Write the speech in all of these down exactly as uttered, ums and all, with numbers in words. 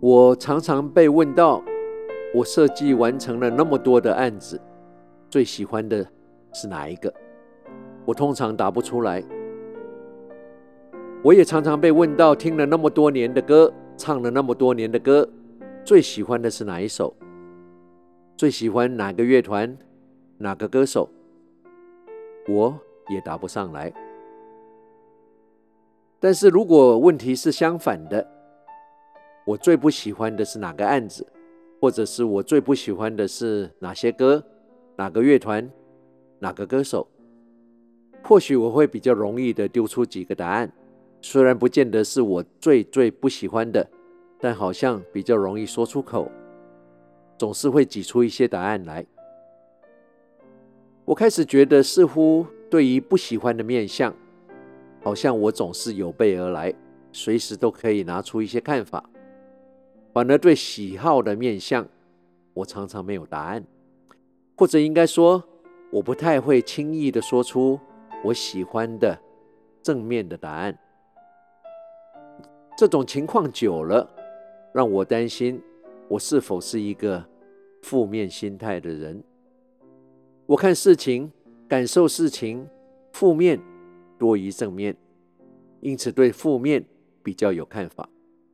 我常常被问到，我设计完成了那么多的案子，最喜欢的是哪一个？我通常答不出来。我也常常被问到，听了那么多年的歌，唱了那么多年的歌，最喜欢的是哪一首？最喜欢哪个乐团，哪个歌手？我也答不上来。但是如果问题是相反的，我最不喜欢的是哪个案子，或者是我最不喜欢的是哪些歌，哪个乐团，哪个歌手，或许我会比较容易的丢出几个答案，虽然不见得是我最最不喜欢的，但好像比较容易说出口，总是会挤出一些答案来。我开始觉得，似乎对于不喜欢的面向，好像我总是有备而来，随时都可以拿出一些看法。反而对喜好的面向，我常常没有答案，或者应该说，我不太会轻易的说出我喜欢的正面的答案。这种情况久了，让我担心我是否是一个负面心态的人。我看事情、感受事情，负面多于正面，因此对负面比较有看法。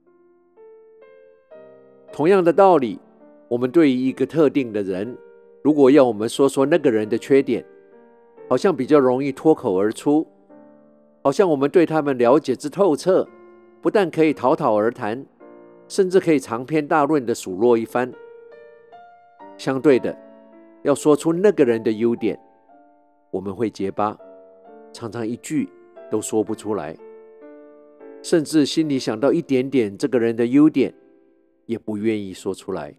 同样的道理，我们对于一个特定的人，如果要我们说说那个人的缺点，好像比较容易脱口而出，好像我们对他们了解之透彻，不但可以讨讨而谈，甚至可以长篇大论的数落一番。相对的，要说出那个人的优点，我们会结巴，常常一句都说不出来，甚至心里想到一点点这个人的优点，也不愿意说出来。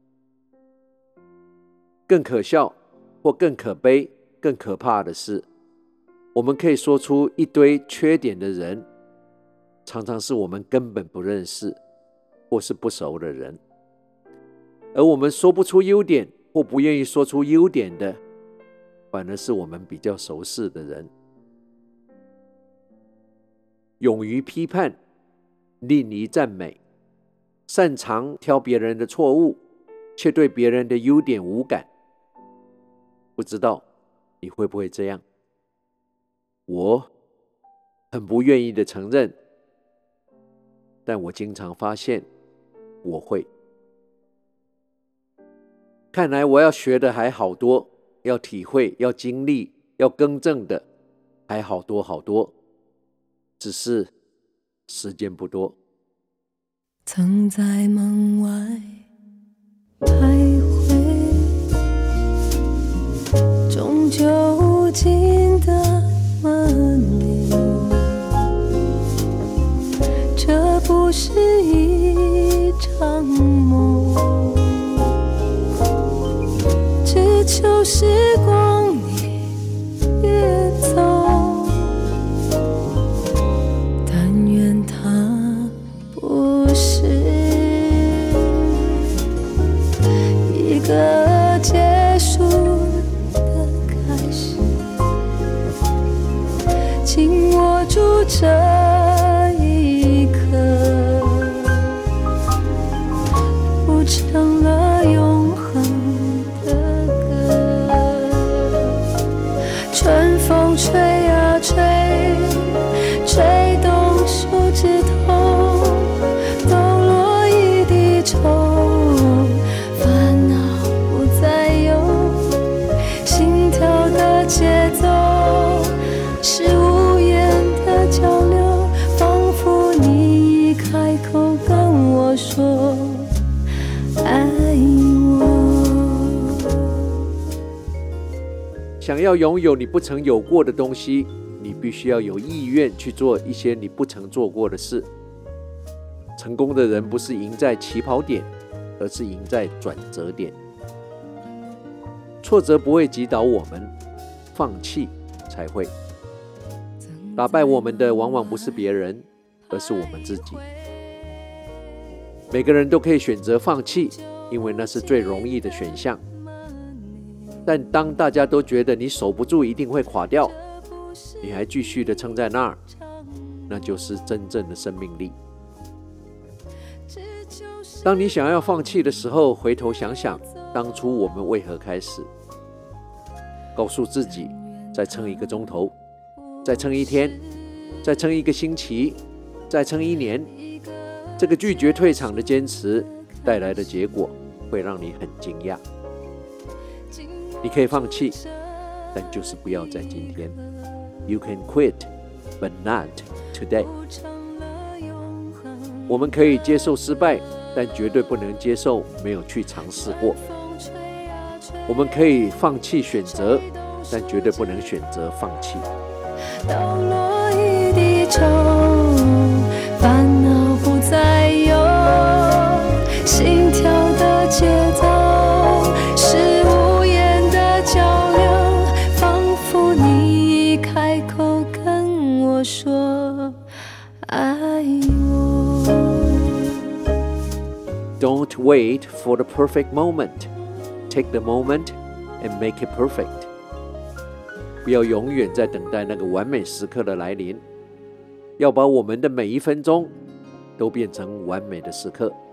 更可笑或更可悲、更可怕的是，我们可以说出一堆缺点的人，常常是我们根本不认识或是不熟的人。而我们说不出优点或不愿意说出优点的，反而是我们比较熟识的人。勇于批判，吝于赞美，擅长挑别人的错误，却对别人的优点无感。不知道你会不会这样？我很不愿意的承认，但我经常发现我会。看来我要学的还好多，要体会、要经历、要更正的还好多好多，只是时间不多。 曾在门外徘徊，终究进的门里，这不是一场梦，只求时光你别走，但愿它不是一个结束的开始，紧握住这一刻，谱成了永恒的歌。春风吹啊吹，吹动手指头，抖落一地愁，烦恼不再有，心跳的节奏是无言的交流，仿佛你已开口跟我说爱我。 想要拥有你不曾有过的东西，你必须要有意愿去做一些你不曾做过的事。成功的人不是赢在起跑点，而是赢在转折点。挫折不会击倒我们，放弃才会。打败我们的往往不是别人，而是我们自己。每个人都可以选择放弃，因为那是最容易的选项。但当大家都觉得你守不住，一定会垮掉，你还继续的撑在那儿，那就是真正的生命力。 当你想要放弃的时候，回头想想当初我们为何开始，告诉自己再撑一个钟头，再撑一天，再撑一个星期，再撑一年。这个拒绝退场的坚持带来的结果会让你很惊讶。你可以放弃，但就是不要在今天。 You can quit, but not today。 我们可以接受失败，但绝对不能接受没有去尝试过。我们可以放弃选择，但绝对不能选择放弃。 倒落一地愁，烦恼不再有，心跳的节奏是无言的交流，仿佛你一开口跟我说爱我。 Don't wait for the perfect moment. Take the moment and make it perfect. 不要永远在等待那个完美时刻的来临，要把我们的每一分钟都变成完美的时刻。